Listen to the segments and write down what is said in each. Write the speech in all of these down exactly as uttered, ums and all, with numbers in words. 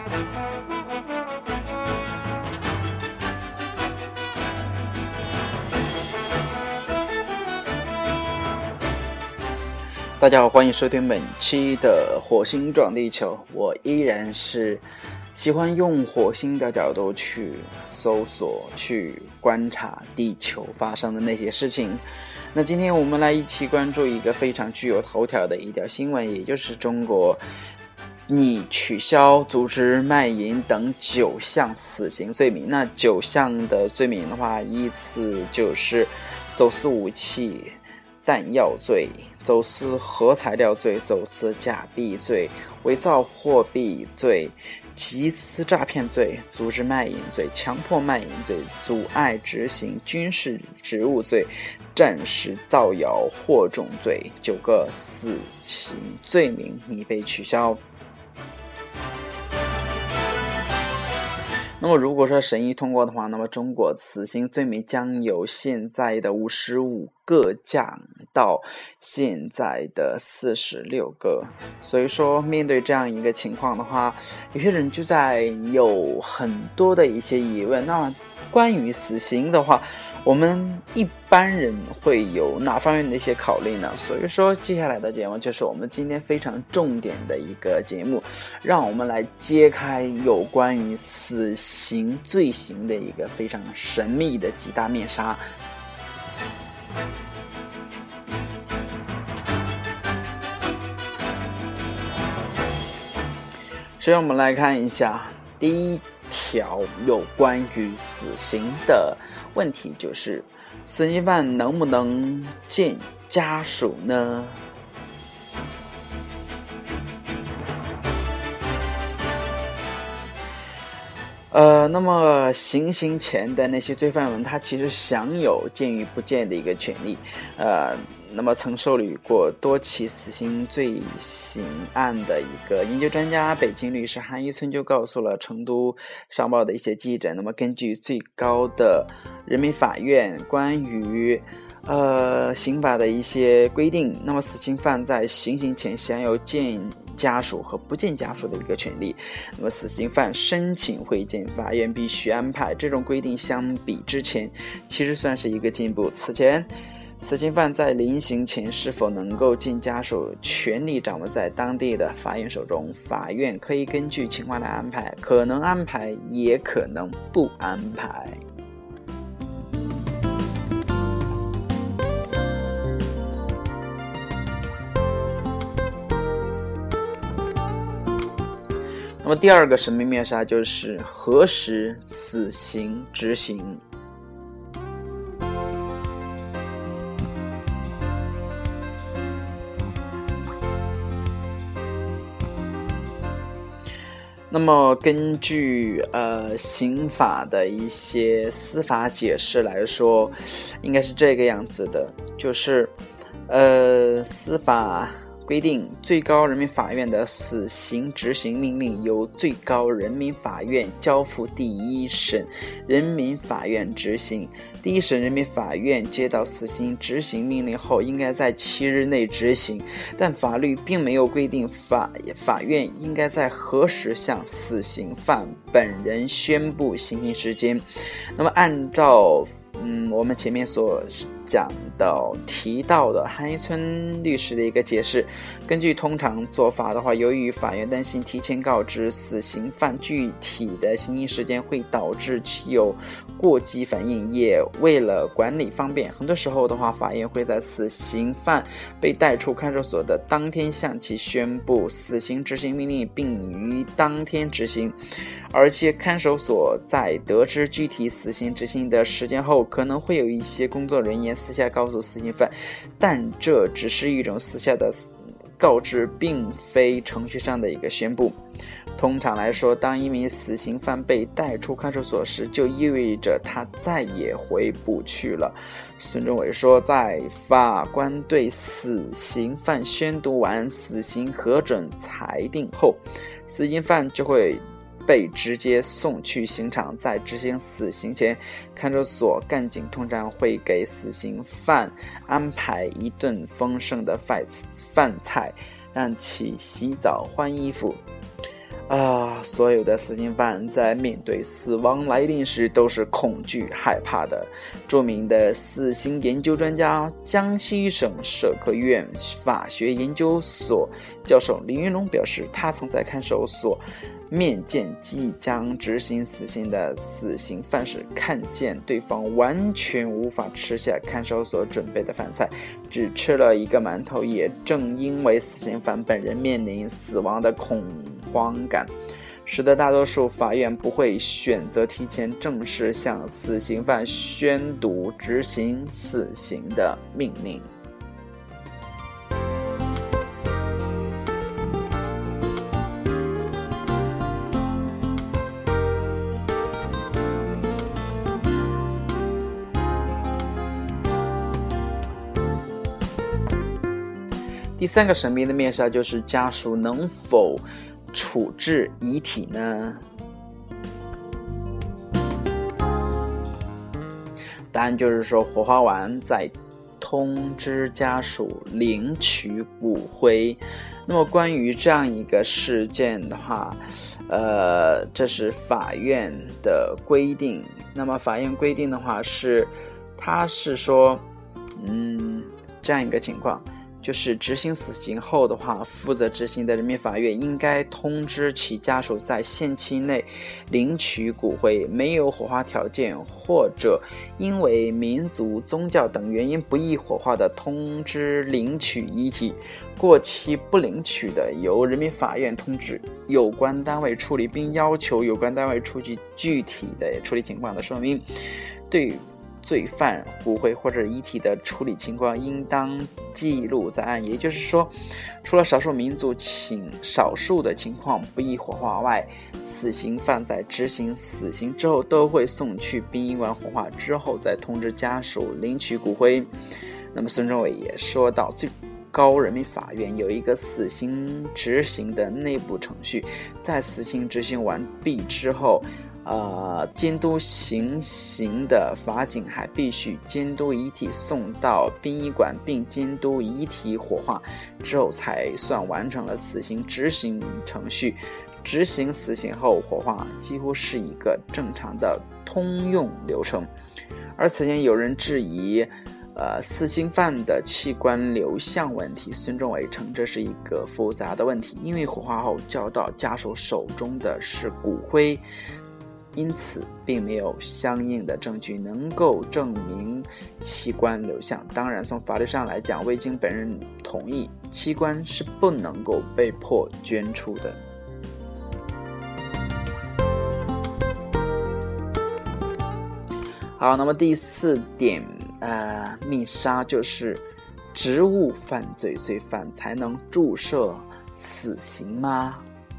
大家好，欢迎收听本期的火星撞地球。我依然是喜欢用火星的角度去搜索、去观察地球发生的那些事情。那今天我们来一起关注一个非常具有头条的一条新闻，也就是中国拟取消组织卖淫等九项死刑罪名。那九项的罪名的话，依次就是走私武器、弹药罪、走私核材料罪、走私假币罪、伪造货币罪、集资诈骗罪、组织卖淫罪、强迫卖淫罪、阻碍执行军事职务罪、战时造谣惑众罪。九个死刑罪名拟被取消。那么如果说审议通过的话，那么中国死刑罪名将由现在的五十五个降到现在的四十六个。所以说面对这样一个情况的话，有些人就在有很多的一些疑问。那关于死刑的话，我们一般人会有哪方面的一些考虑呢？所以说接下来的节目就是我们今天非常重点的一个节目，让我们来揭开有关于死刑罪行的一个非常神秘的几大面纱。首先我们来看一下第一条有关于死刑的问题，就是死刑犯能不能见家属呢？呃，那么行刑前的那些罪犯们，他其实享有见与不见的一个权利。呃，那么曾受理过多起死刑罪行案的一个研究专家、北京律师韩一村就告诉了成都商报的一些记者，那么根据最高的人民法院关于呃刑法的一些规定，那么死刑犯在行刑前享有见家属和不见家属的一个权利。那么死刑犯申请会见法院必须安排，这种规定相比之前其实算是一个进步。此前死刑犯在临刑前是否能够见家属，权力掌握在当地的法院手中，法院可以根据情况来安排，可能安排也可能不安排。那么第二个神秘面纱就是何时死刑执行。那么根据呃刑法的一些司法解释来说，应该是这个样子的，就是呃司法规定，最高人民法院的死刑执行命令由最高人民法院交付第一审人民法院执行。第一审人民法院接到死刑执行命令后，应该在七日内执行，但法律并没有规定法法院应该在何时向死刑犯本人宣布行刑时间。那么按照嗯，我们前面所讲到提到的韩一村律师的一个解释，根据通常做法的话，由于法院担心提前告知死刑犯具体的行刑时间会导致其有过激反应，也为了管理方便，很多时候的话，法院会在死刑犯被带出看守所的当天向其宣布死刑执行命令，并于当天执行。而且看守所在得知具体死刑执行的时间后，可能会有一些工作人员私下告诉死刑犯，但这只是一种私下的告知，并非程序上的一个宣布。通常来说，当一名死刑犯被带出看守所时，就意味着他再也回不去了。孙中伟说，在法官对死刑犯宣读完死刑核准裁定后，死刑犯就会被直接送去刑场。在执行死刑前，看守所干警通常会给死刑犯安排一顿丰盛的饭菜，让其洗澡换衣服。啊、呃， 所有的死刑犯在面对死亡来临时都是恐惧害怕的。著名的死刑研究专家、江西省社科院法学研究所教授李云龙表示，他曾在看守所面见即将执行死刑的死刑犯时，看见对方完全无法吃下看守所准备的饭菜，只吃了一个馒头。也正因为死刑犯本人面临死亡的恐慌感，使得大多数法院不会选择提前正式向死刑犯宣读执行死刑的命令。第三个神秘的面纱就是家属能否处置遗体呢？答案就是说，火化完再通知家属领取骨灰。那么关于这样一个事件的话，呃，这是法院的规定。那么法院规定的话是，他是说，嗯，这样一个情况。就是执行死刑后的话，负责执行的人民法院应该通知其家属在限期内领取骨灰，没有火化条件或者因为民族、宗教等原因不宜火化的，通知领取遗体，过期不领取的，由人民法院通知有关单位处理，并要求有关单位出具具体的处理情况的说明。对于罪犯骨灰或者遗体的处理情况应当记录在案，也就是说，除了少数民族情少数的情况不宜火化外，死刑犯在执行死刑之后都会送去殡仪馆火化，之后再通知家属领取骨灰。那么孙中伟也说到，最高人民法院有一个死刑执行的内部程序，在死刑执行完毕之后，呃，监督行刑的法警还必须监督遗体送到殡仪馆，并监督遗体火化，之后才算完成了死刑执行程序。执行死刑后火化几乎是一个正常的通用流程。而此前有人质疑呃，死刑犯的器官流向问题，孙中伟称这是一个复杂的问题，因为火化后交到家属手中的是骨灰，因此并没有相应的证据能够证明器官流向。当然，从法律上来讲，未经本人同意，器官是不能够被迫捐出的。好，那么第四点，呃，密杀就是职务犯罪罪犯才能注射死刑吗？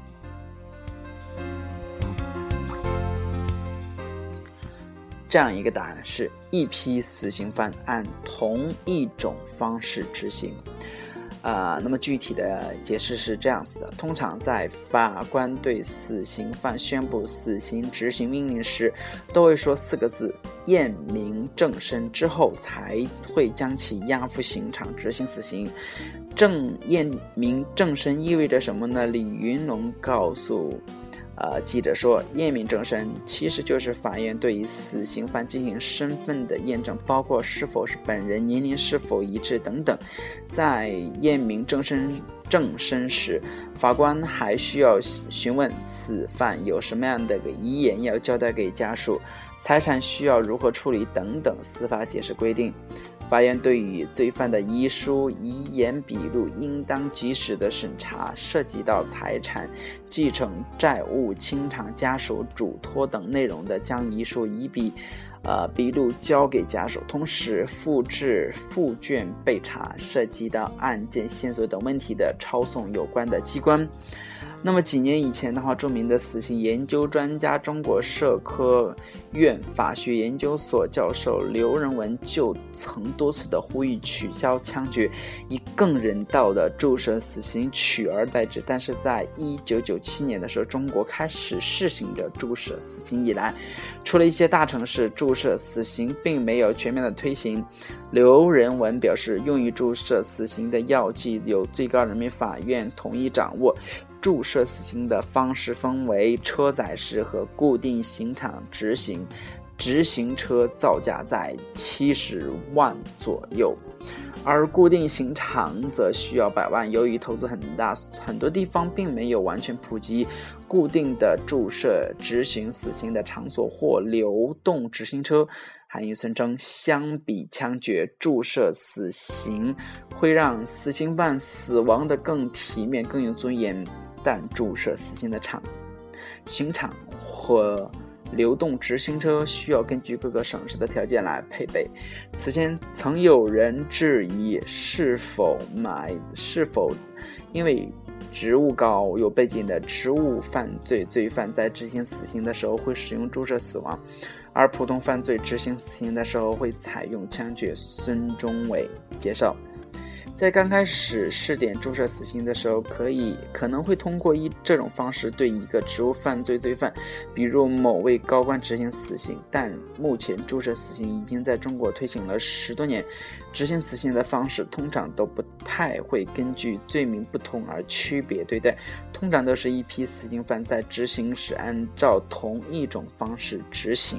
这样一个答案是，一批死刑犯按同一种方式执行。呃，那么具体的解释是这样子的：通常在法官对死刑犯宣布死刑执行命令时，都会说四个字“验明正身”，之后才会将其押赴刑场执行死刑。正验明正身意味着什么呢？李云龙告诉呃，记者说，验明正身其实就是法院对于死刑犯进行身份的验证，包括是否是本人、年龄是否一致等等。在验明正身正身时，法官还需要询问死犯有什么样的遗言要交代给家属，财产需要如何处理等等司法解释规定。法院对于罪犯的遗书、遗言笔录应当及时的审查，涉及到财产、继承、债务、清偿、家属嘱托等内容的，将遗书、遗笔、呃笔录交给家属，同时复制附卷备查，涉及到案件线索等问题的，抄送有关的机关。那么几年以前的话，著名的死刑研究专家、中国社科院法学研究所教授刘仁文就曾多次的呼吁取消枪决，以更人道的注射死刑取而代之。但是在一九九七年的时候，中国开始试行着注射死刑以来，除了一些大城市，注射死刑并没有全面的推行。刘仁文表示，用于注射死刑的药剂由最高人民法院统一掌握， 注射死刑的方式分为车载式和固定刑场执行，执行车造价在七十万左右，而固定刑场则需要百万。由于投资很大，很多地方并没有完全普及固定的注射执行死刑的场所或流动执行车。韩义孙称，相比枪决，注射死刑会让死刑犯死亡的更体面、更有尊严，但注射死刑的场刑场或流动执行车需要根据各个省市的条件来配备。此前曾有人质疑是否买是否因为职务高有背景的职务犯罪罪犯在执行死刑的时候会使用注射死亡，而普通犯罪执行死刑的时候会采用枪决。孙中伟介绍，在刚开始试点注射死刑的时候，可以可能会通过一这种方式对一个职务犯罪罪犯，比如某位高官执行死刑。但目前注射死刑已经在中国推行了十多年，执行死刑的方式通常都不太会根据罪名不同而区别对待，通常都是一批死刑犯在执行时按照同一种方式执行。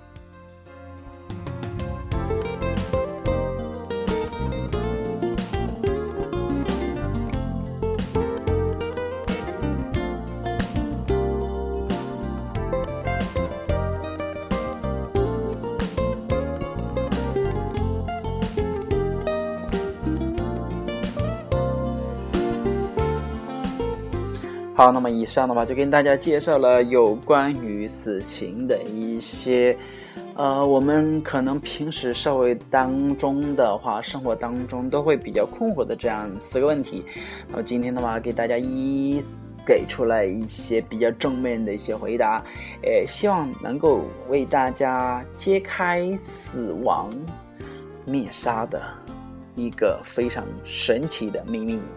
好，那么以上的话就跟大家介绍了有关于死刑的一些呃，我们可能平时社会当中的话，生活当中都会比较困惑的这样四个问题。那么今天的话给大家一一给出来一些比较正面的一些回答，呃，希望能够为大家揭开死亡灭杀的一个非常神奇的秘密。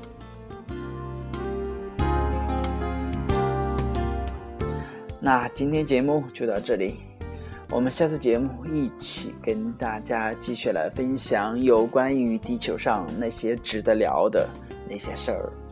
那今天节目就到这里，我们下次节目一起跟大家继续来分享有关于地球上那些值得聊的那些事儿。